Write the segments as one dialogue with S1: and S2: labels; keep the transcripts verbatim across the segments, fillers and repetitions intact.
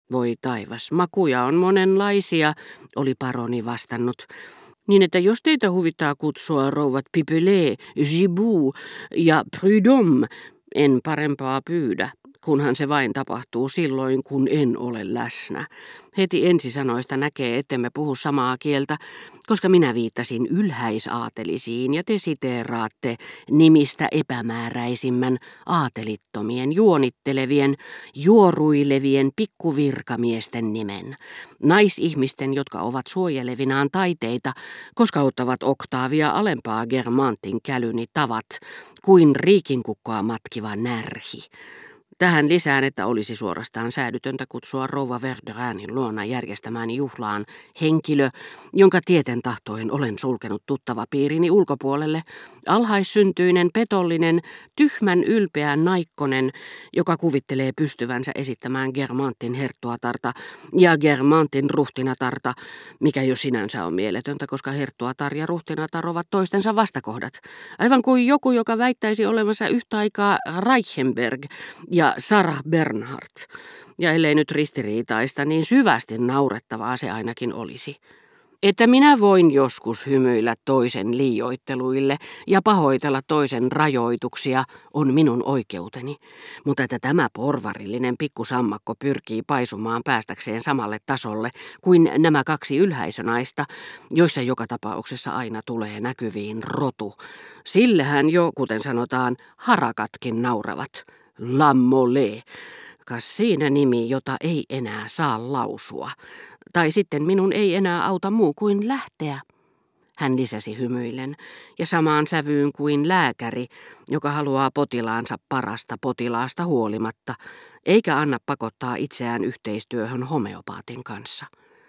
S1: Voi taivas, makuja on monenlaisia, oli paroni vastannut. Niin että jos teitä huvittaa kutsua rouvat Pipelet, Giboux ja Prudhomme, en parempaa pyydä, kunhan se vain tapahtuu silloin, kun en ole läsnä. Heti ensisanoista näkee, ettemme puhu samaa kieltä, koska minä viittasin ylhäisaatelisiin ja te siteeraatte nimistä epämääräisimmän aatelittomien, juonittelevien, juoruilevien pikkuvirkamiesten nimen. Naisihmisten, jotka ovat suojelevinaan taiteita, koska ottavat oktaavia alempaa Germantin kälyni tavat kuin riikinkukkoa matkiva närhi. Tähän lisään, että olisi suorastaan säädytöntä kutsua rouva Verderanin luona järjestämään juhlaan henkilö, jonka tieten tahtoen olen sulkenut tuttava piirini ulkopuolelle, alhaissyntyinen, petollinen, tyhmän ylpeä naikkonen, joka kuvittelee pystyvänsä esittämään Germantin herttuatarta ja Germantin ruhtinatarta, mikä jo sinänsä on mieletöntä, koska herttuatar ja ruhtinatar ovat toistensa vastakohdat, aivan kuin joku, joka väittäisi olevansa yhtä aikaa Reichenberg ja Sarah Bernhardt, ja ellei nyt ristiriitaista, niin syvästi naurettavaa se ainakin olisi. Että minä voin joskus hymyillä toisen liioitteluille ja pahoitella toisen rajoituksia on minun oikeuteni, mutta että tämä porvarillinen pikkusammakko pyrkii paisumaan päästäkseen samalle tasolle kuin nämä kaksi ylhäisönaista, joissa joka tapauksessa aina tulee näkyviin rotu, sillehän jo, kuten sanotaan, harakatkin nauravat. La Molée, kas siinä nimi, jota ei enää saa lausua. Tai sitten minun ei enää auta muu kuin lähteä. Hän lisäsi hymyillen, ja samaan sävyyn kuin lääkäri, joka haluaa potilaansa parasta potilaasta huolimatta, eikä anna pakottaa itseään yhteistyöhön homeopaatin kanssa.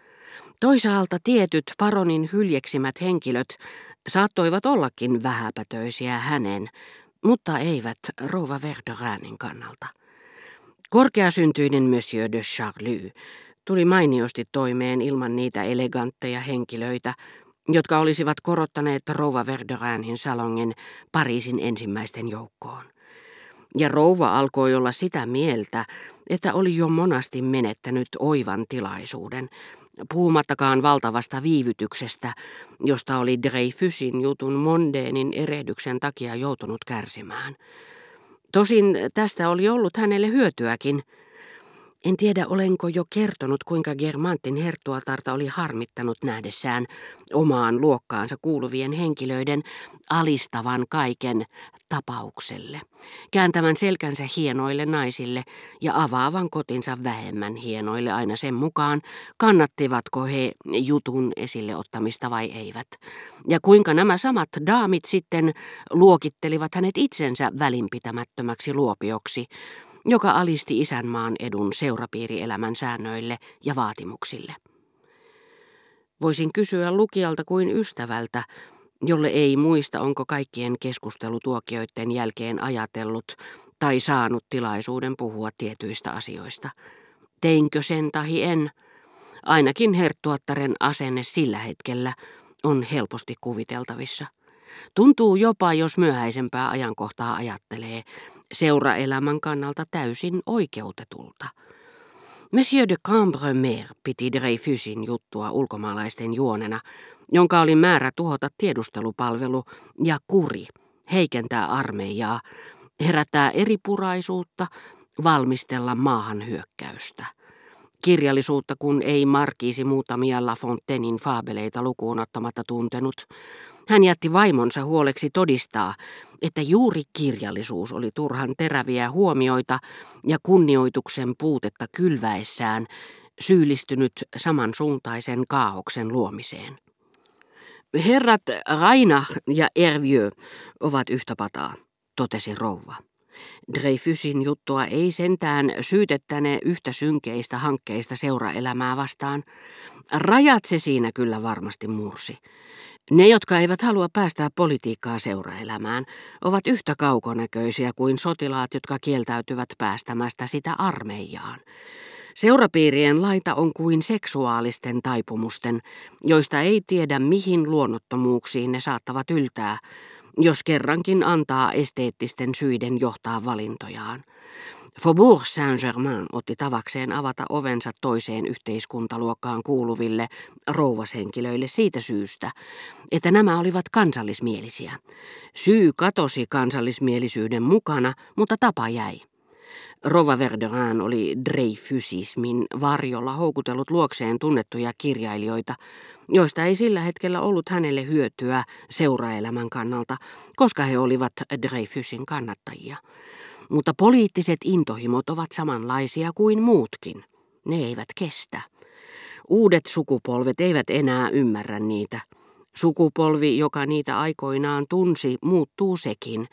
S1: Toisaalta tietyt paronin hyljeksimät henkilöt saattoivat ollakin vähäpätöisiä hänen, mutta eivät rouva Verderanin kannalta. Korkeasyntyinen Monsieur de Charlie tuli mainiosti toimeen ilman niitä elegantteja henkilöitä, jotka olisivat korottaneet rouva Verderanin salongin Pariisin ensimmäisten joukkoon. Ja rouva alkoi olla sitä mieltä, että oli jo monasti menettänyt oivan tilaisuuden, puhumattakaan valtavasta viivytyksestä, josta oli Dreyfusin jutun mondeenin erehdyksen takia joutunut kärsimään. Tosin tästä oli ollut hänelle hyötyäkin. En tiedä, olenko jo kertonut, kuinka Germantin herttuatarta oli harmittanut nähdessään omaan luokkaansa kuuluvien henkilöiden alistavan kaiken tapaukselle, kääntävän selkänsä hienoille naisille ja avaavan kotinsa vähemmän hienoille aina sen mukaan, kannattivatko he jutun esille ottamista vai eivät, ja kuinka nämä samat daamit sitten luokittelivat hänet itsensä välinpitämättömäksi luopioksi, joka alisti isänmaan edun seurapiirielämän säännöille ja vaatimuksille. Voisin kysyä lukijalta kuin ystävältä, jolle ei muista, onko kaikkien keskustelutuokioiden jälkeen ajatellut tai saanut tilaisuuden puhua tietyistä asioista. Teinkö sen tahi en? Ainakin herttuattaren asenne sillä hetkellä on helposti kuviteltavissa. Tuntuu jopa, jos myöhäisempää ajankohtaa ajattelee, seuraelämän kannalta täysin oikeutetulta. Monsieur de Cambremer piti Dreyfusin juttua ulkomaalaisten juonena, jonka oli määrä tuhota tiedustelupalvelu ja kuri, heikentää armeijaa, herättää eripuraisuutta, valmistella maahanhyökkäystä. Kirjallisuutta, kun ei markiisi muutamia La Fontainein faabeleita lukuun ottamatta tuntenut, hän jätti vaimonsa huoleksi todistaa, että juuri kirjallisuus oli turhan teräviä huomioita ja kunnioituksen puutetta kylväessään syyllistynyt samansuuntaisen kaaoksen luomiseen. Herrat Reinach ja Hervieux ovat yhtä pataa, totesi rouva. Dreyfusin juttua ei sentään syytettäne yhtä synkeistä hankkeista seuraelämää vastaan. Rajat se siinä kyllä varmasti mursi. Ne, jotka eivät halua päästää politiikkaa seuraelämään, ovat yhtä kaukonäköisiä kuin sotilaat, jotka kieltäytyvät päästämästä sitä armeijaan. Seurapiirien laita on kuin seksuaalisten taipumusten, joista ei tiedä mihin luonnottomuuksiin ne saattavat yltää, jos kerrankin antaa esteettisten syiden johtaa valintojaan. Faubourg Saint-Germain otti tavakseen avata ovensa toiseen yhteiskuntaluokkaan kuuluville rouvashenkilöille siitä syystä, että nämä olivat kansallismielisiä. Syy katosi kansallismielisyyden mukana, mutta tapa jäi. Rouva Verdurin oli Dreyfusismin varjolla houkutellut luokseen tunnettuja kirjailijoita, joista ei sillä hetkellä ollut hänelle hyötyä seuraelämän kannalta, koska he olivat Dreyfusin kannattajia. Mutta poliittiset intohimot ovat samanlaisia kuin muutkin. Ne eivät kestä. Uudet sukupolvet eivät enää ymmärrä niitä. Sukupolvi, joka niitä aikoinaan tunsi, muuttuu sekin.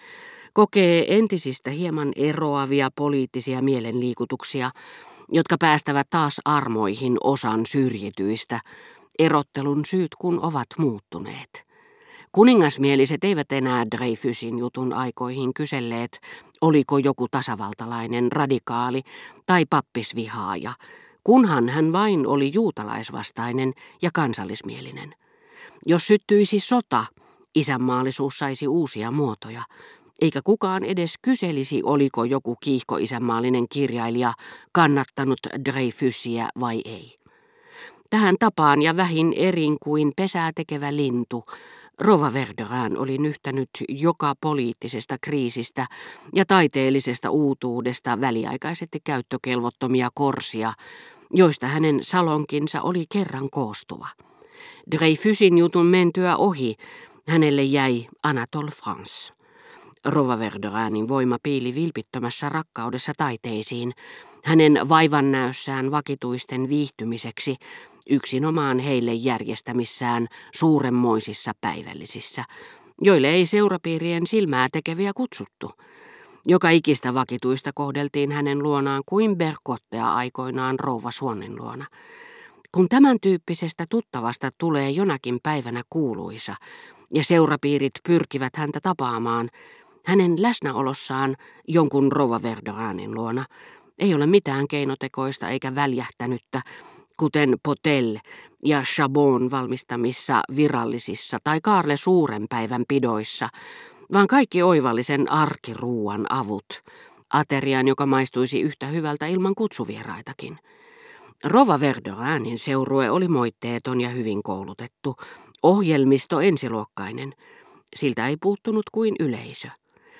S1: Kokee entisistä hieman eroavia poliittisia mielenliikutuksia, jotka päästävät taas armoihin osan syrjityistä. Erottelun syyt kun ovat muuttuneet. Kuningasmieliset eivät enää Dreyfusin jutun aikoihin kyselleet, oliko joku tasavaltalainen radikaali tai pappisvihaaja, kunhan hän vain oli juutalaisvastainen ja kansallismielinen. Jos syttyisi sota, isänmaallisuus saisi uusia muotoja, eikä kukaan edes kyselisi, oliko joku kiihkoisänmaallinen kirjailija kannattanut Dreyfusia vai ei. Tähän tapaan ja vähin erin kuin pesää tekevä lintu, rouva Verdurin oli nyhtänyt joka poliittisesta kriisistä ja taiteellisesta uutuudesta väliaikaisesti käyttökelvottomia korsia, joista hänen salonkinsa oli kerran koostuva. Dreyfusin jutun mentyä ohi hänelle jäi Anatole France. Rouva Verdurinin voima piili vilpittömässä rakkaudessa taiteisiin, hänen vaivannäössään vakituisten viihtymiseksi, yksinomaan heille järjestämissään suuremmoisissa päivällisissä, joille ei seurapiirien silmää tekeviä kutsuttu. Joka ikistä vakituista kohdeltiin hänen luonaan kuin Bergottea aikoinaan rouva Swannin luona. Kun tämän tyyppisestä tuttavasta tulee jonakin päivänä kuuluisa ja seurapiirit pyrkivät häntä tapaamaan, hänen läsnäolossaan jonkun rouva Verdurinin luona ei ole mitään keinotekoista eikä väljähtänyttä, kuten Potel ja Chabon valmistamissa virallisissa tai Kaarle suuren päivän pidoissa, vaan kaikki oivallisen arkiruuan avut, aterian, joka maistuisi yhtä hyvältä ilman kutsuvieraitakin. Rouva Verdurinin seurue oli moitteeton ja hyvin koulutettu, ohjelmisto ensiluokkainen. Siltä ei puuttunut kuin yleisö.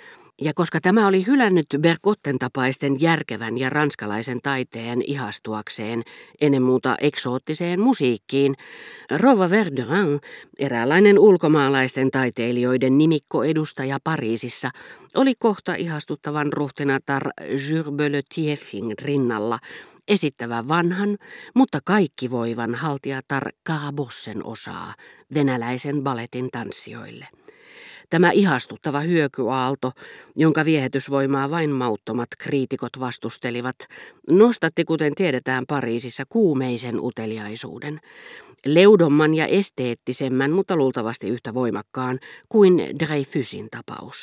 S1: Ja koska tämä oli hylännyt Bergotten tapaisten järkevän ja ranskalaisen taiteen ihastuakseen ennen muuta eksoottiseen musiikkiin, rouva Verdurin, eräänlainen ulkomaalaisten taiteilijoiden nimikkoedustaja Pariisissa, oli kohta ihastuttavan ruhtinatar Jules Belletieffin rinnalla esittävä vanhan, mutta kaikki voivan haltijatar Carabossen osaa venäläisen balletin tanssijoille. Tämä ihastuttava hyökyaalto, jonka viehätysvoimaa vain mauttomat kriitikot vastustelivat, nostatti, kuten tiedetään Pariisissa, kuumeisen uteliaisuuden. Leudomman ja esteettisemmän, mutta luultavasti yhtä voimakkaan kuin Dreyfusin tapaus.